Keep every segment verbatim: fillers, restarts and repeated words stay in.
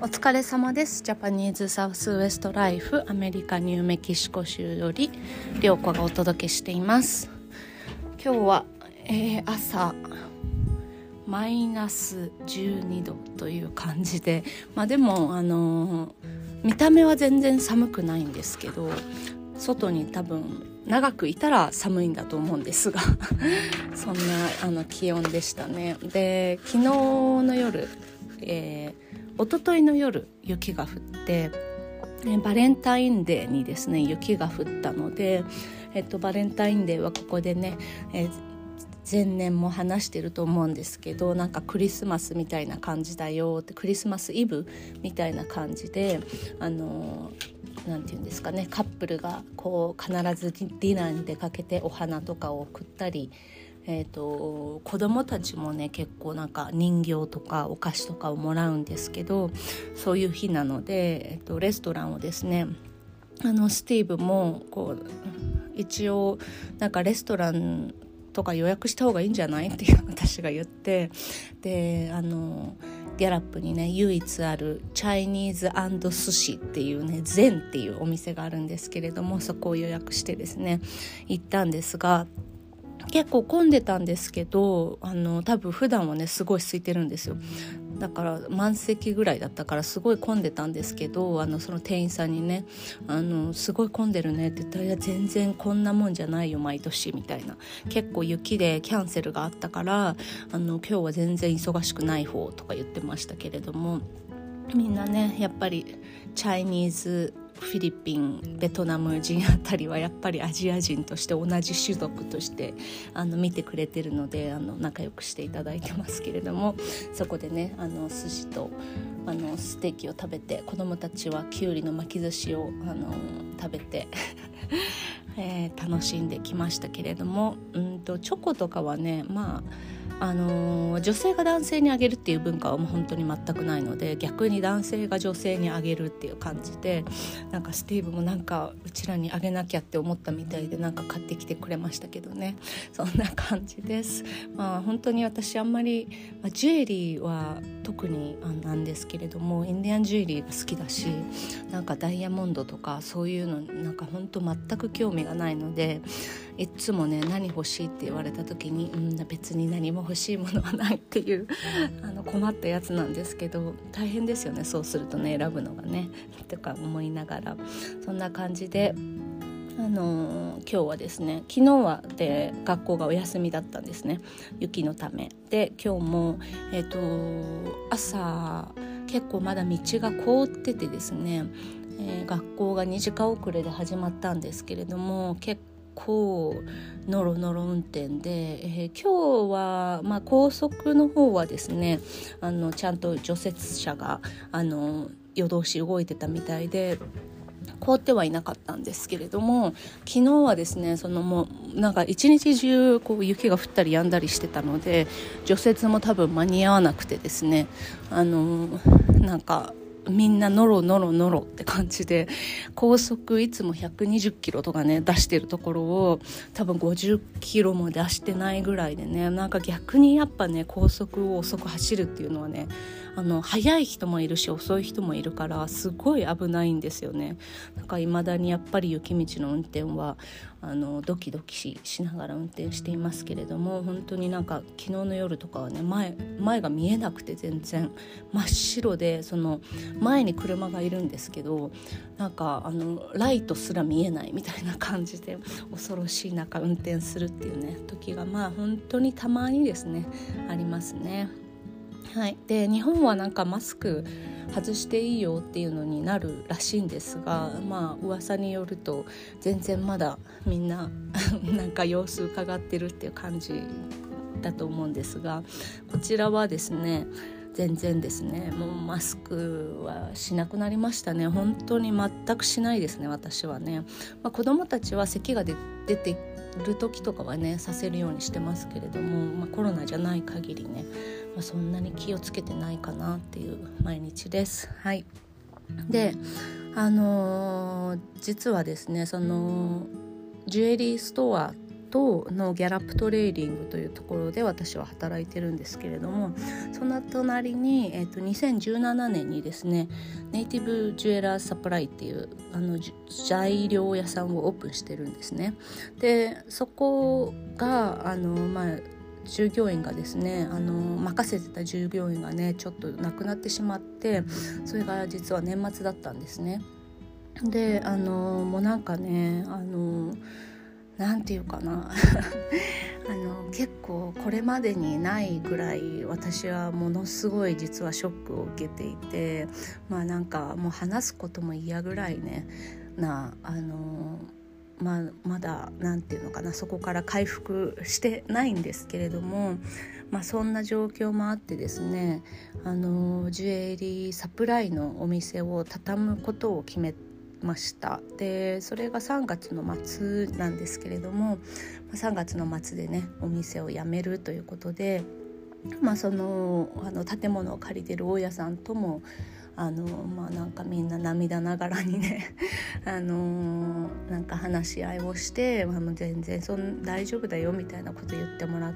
疲れ様です。ジャパニーズサウスウエストライフアメリカニューメキシコ州よりりょうこがお届けしています。今日は、えー、朝マイナスじゅうにどという感じで、まあでもあのー、見た目は全然寒くないんですけど、外に多分長くいたら寒いんだと思うんですがそんなあの気温でしたね。で、昨日の夜、えー、一昨日の夜雪が降って、えバレンタインデーにですね雪が降ったので、えっと、バレンタインデーはここでね、えー前年も話してると思うんですけど、なんかクリスマスみたいな感じだよって、クリスマスイブみたいな感じで、あのなんていうんですかね、カップルがこう必ずディナーに出かけてお花とかを送ったり、えーと、子供たちもね結構なんか人形とかお菓子とかをもらうんですけど、そういう日なので、えーと、レストランをですね、あのスティーブもこう一応なんかレストランとか予約した方がいいんじゃないっていう私が言って、であのギャラップにね唯一あるチャイニーズ&寿司っていうねゼンっていうお店があるんですけれども、そこを予約してですね行ったんですが、結構混んでたんですけど、あの多分普段はねすごい空いてるんですよ。だから満席ぐらいだったからすごい混んでたんですけど、あのその店員さんにね、あのすごい混んでるねって言ったら、いや全然こんなもんじゃないよ毎年みたいな、結構雪でキャンセルがあったから、あの今日は全然忙しくない方とか言ってましたけれども、みんなねやっぱりチャイニーズ、フィリピン、ベトナム人あたりはやっぱりアジア人として同じ種族としてあの見てくれてるので、あの仲良くしていただいてますけれども、そこでねあの寿司とあのステーキを食べて、子供たちはきゅうりの巻き寿司をあの食べてえー、楽しんできましたけれども、うんとチョコとかはね、まああのー、女性が男性にあげるっていう文化はもう本当に全くないので、逆に男性が女性にあげるっていう感じで、なんかスティーブもなんかうちらにあげなきゃって思ったみたいで、なんか買ってきてくれましたけどね、そんな感じです。まあ本当に私あんまり、まあ、ジュエリーは特にあなんですけれども、インディアンジュエリーが好きだし、なんかダイヤモンドとかそういうのなんか本当全く興味がないので、いつもね何欲しいって言われた時に、うん、別に何も欲しいものはないっていうあの困ったやつなんですけど、大変ですよねそうするとね、選ぶのがねとか思いながら、そんな感じで、あのー、今日はですね、昨日はで学校がお休みだったんですね、雪のためで。今日も、えーと、朝結構まだ道が凍っててですね、えー、学校がにじかん遅れで始まったんですけれども、結構ノロノロ運転で、えー、今日は、まあ、高速の方はですね、あのちゃんと除雪車があの夜通し動いてたみたいで凍ってはいなかったんですけれども、昨日はですね、そのもうなんか一日中こう雪が降ったり止んだりしてたので、除雪も多分間に合わなくてですね、あのなんかみんなノロノロノロって感じで、高速いつもひゃくにじゅっキロとかね出してるところを多分ごじゅっキロも出してないぐらいでね、なんか逆にやっぱね高速を遅く走るっていうのはね、あの速い人もいるし遅い人もいるからすごい危ないんですよね。なんか未だにやっぱり雪道の運転はあのドキドキ し, しながら運転していますけれども、本当になんか昨日の夜とかはね 前, 前が見えなくて全然真っ白で、その前に車がいるんですけど、なんかあのライトすら見えないみたいな感じで恐ろしい中運転するっていうね時がまあ本当にたまにですねありますね。はい、で日本はなんかマスク外していいよっていうのになるらしいんですが、まあ噂によると全然まだみんななんか様子伺ってるっていう感じだと思うんですが、こちらはですね全然ですね、もうマスクはしなくなりましたね。本当に全くしないですね私はね。まあ、子供たちは咳が出てる時とかはねさせるようにしてますけれども、まあ、コロナじゃない限りね、まあ、そんなに気をつけてないかなっていう毎日です。はい。であのー、実はですね、そのジュエリーストアとのギャラップトレーディングというところで私は働いてるんですけれども、その隣に、えー、とにせんじゅうななねんにですねネイティブジュエラーサプライっていうあの材料屋さんをオープンしてるんですね。でそこがあのまあ従業員がですねあの任せてた従業員がねちょっと亡くなってしまって、それが実は年末だったんですね。であのもうなんかねあのなんていうかなあの結構これまでにないぐらい私はものすごい実はショックを受けていて、まあなんかもう話すことも嫌ぐらいねなあのまあ、まだなんていうのかなそこから回復してないんですけれども、まあ、そんな状況もあってですねあのジュエリーサプライのお店を畳むことを決めました。でそれがさんがつの末なんですけれども、さんがつの末でねお店を辞めるということで、まあ、そのあの建物を借りてる大家さんともあのまあなんかみんな涙ながらにねあのなんか話し合いをして、まあ、もう全然そん大丈夫だよみたいなこと言ってもらって、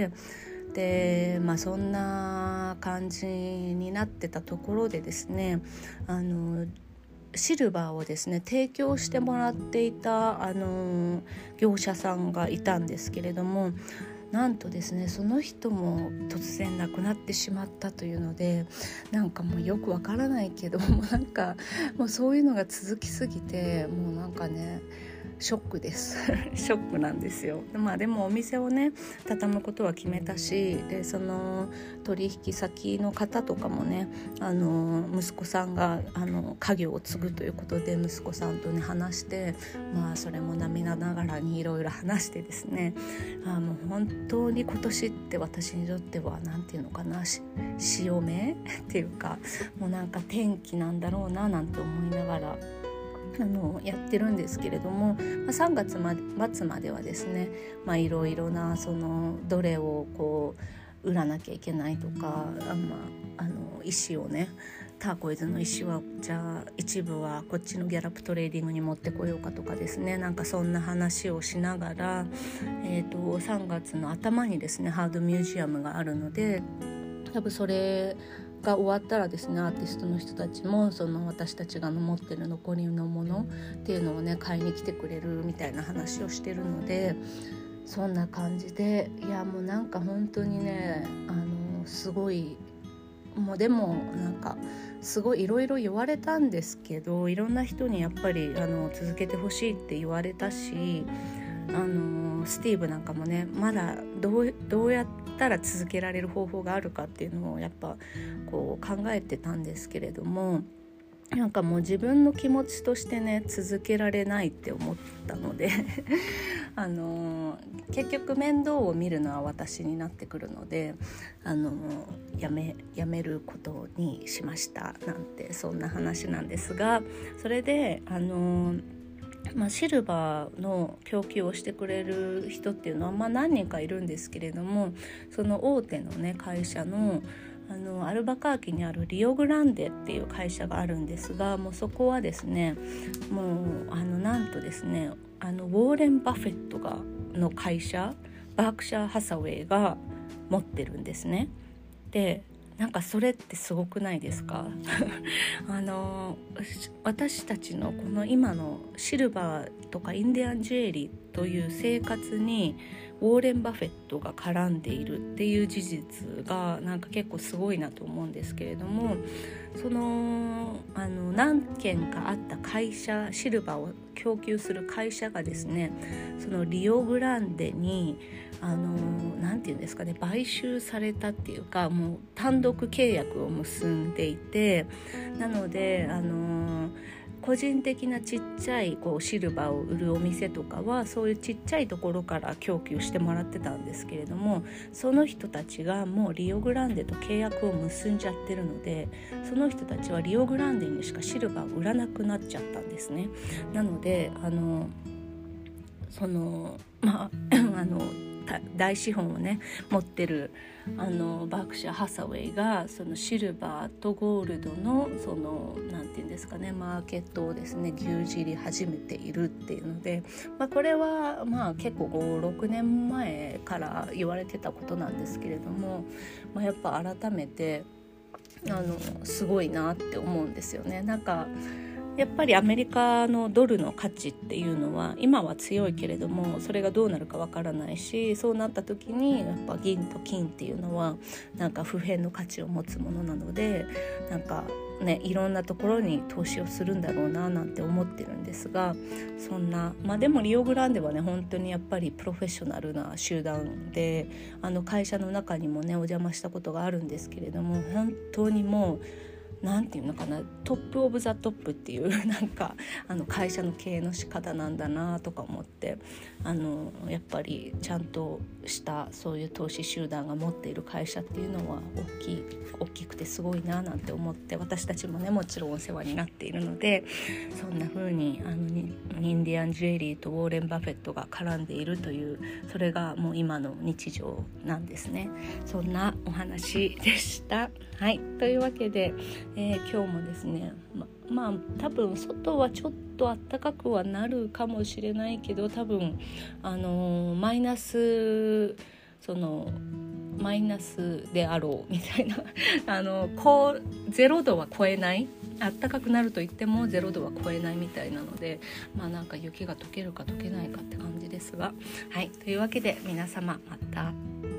でまあそんな感じになってたところでですねあのシルバーをですね提供してもらっていたあの業者さんがいたんですけれども、なんとですねその人も突然亡くなってしまったというので、なんかもうよくわからないけどもなんかもうそういうのが続きすぎてもうなんかねショックですショックなんですよ。まあでもお店をね畳むことは決めたし、でその取引先の方とかもねあの息子さんがあの家業を継ぐということで息子さんとね話して、まあそれも涙ながらにいろいろ話してですね、あもう本当に今年って私にとってはなんていうのかな潮目っていうかもうなんか天気なんだろうななんて思いながらあのやってるんですけれども、まあ、さんがつ末まではですねいろいろなそのどれをこう売らなきゃいけないとか、あ、まあ、あの石をねターコイズの石はじゃあ一部はこっちのギャラップトレーディングに持ってこようかとかですね、なんかそんな話をしながら、えーと、さんがつの頭にですねハードミュージアムがあるので、多分それが終わったらですねアーティストの人たちもその私たちが持ってる残りのものっていうのをね買いに来てくれるみたいな話をしてるので、そんな感じでいやもうなんか本当にねあのすごいもうでもなんかすごいいろいろ言われたんですけど、いろんな人にやっぱりあの続けてほしいって言われたし、あのスティーブなんかもねまだどう、どうやったら続けられる方法があるかっていうのをやっぱこう考えてたんですけれども、なんかもう自分の気持ちとしてね続けられないって思ったのであの結局面倒を見るのは私になってくるので、あのやめ、やめることにしましたなんてそんな話なんですが、それであのまあ、シルバーの供給をしてくれる人っていうのはまあ何人かいるんですけれども、その大手のね会社のあのアルバカーキにあるリオグランデっていう会社があるんですが、もうそこはですねもうあのなんとですねあのウォーレン・バフェットがの会社バークシャー・ハサウェイが持ってるんですね。でなんかそれってすごくないですかあの私たちのこの今のシルバーとかインディアンジュエリーという生活にウォーレン・バフェットが絡んでいるっていう事実がなんか結構すごいなと思うんですけれども、そのあの何軒かあった会社シルバーを供給する会社がですねそのリオグランデにあのなんていうんですかね買収されたっていうかもう単独契約を結んでいて、なのであの個人的なちっちゃいこうシルバーを売るお店とかはそういうちっちゃいところから供給してもらってたんですけれども、その人たちがもうリオグランデと契約を結んじゃってるので、その人たちはリオグランデにしかシルバーを売らなくなっちゃったんですね。なのであのそのまああの大資本をね持ってるあのバークシャー・ハサウェイがそのシルバーとゴールドのそのなんていうんですかねマーケットをですね牛耳り始めているっていうので、まあ、これはまあ結構ご、ろくねんまえから言われてたことなんですけれども、まあ、やっぱ改めてあのすごいなって思うんですよね。なんかやっぱりアメリカのドルの価値っていうのは今は強いけれどもそれがどうなるかわからないし、そうなった時にやっぱ銀と金っていうのはなんか不変の価値を持つものなので、なんかねいろんなところに投資をするんだろうななんて思ってるんですが、そんなまあでもリオグランデはね本当にやっぱりプロフェッショナルな集団で、あの会社の中にもねお邪魔したことがあるんですけれども、本当にもうなんていうのかな、トップオブザトップっていうなんかあの会社の経営の仕方なんだなとか思って、あのやっぱりちゃんとしたそういう投資集団が持っている会社っていうのは大きい大きくてすごいななんて思って、私たちもねもちろんお世話になっているので、そんな風にあのにインディアン・ジュエリーとウォーレン・バフェットが絡んでいるという、それがもう今の日常なんですね。そんなお話でした。はい、というわけで、えー、今日もですね、ま、まあ多分外はちょっと暖かくはなるかもしれないけど、多分あのー、マイナスそのマイナスであろうみたいなあのこうゼロ度は超えない、暖かくなると言ってもゼロ度は超えないみたいなので、まあなんか雪が溶けるか溶けないかって感じですが、はい、というわけで皆様また。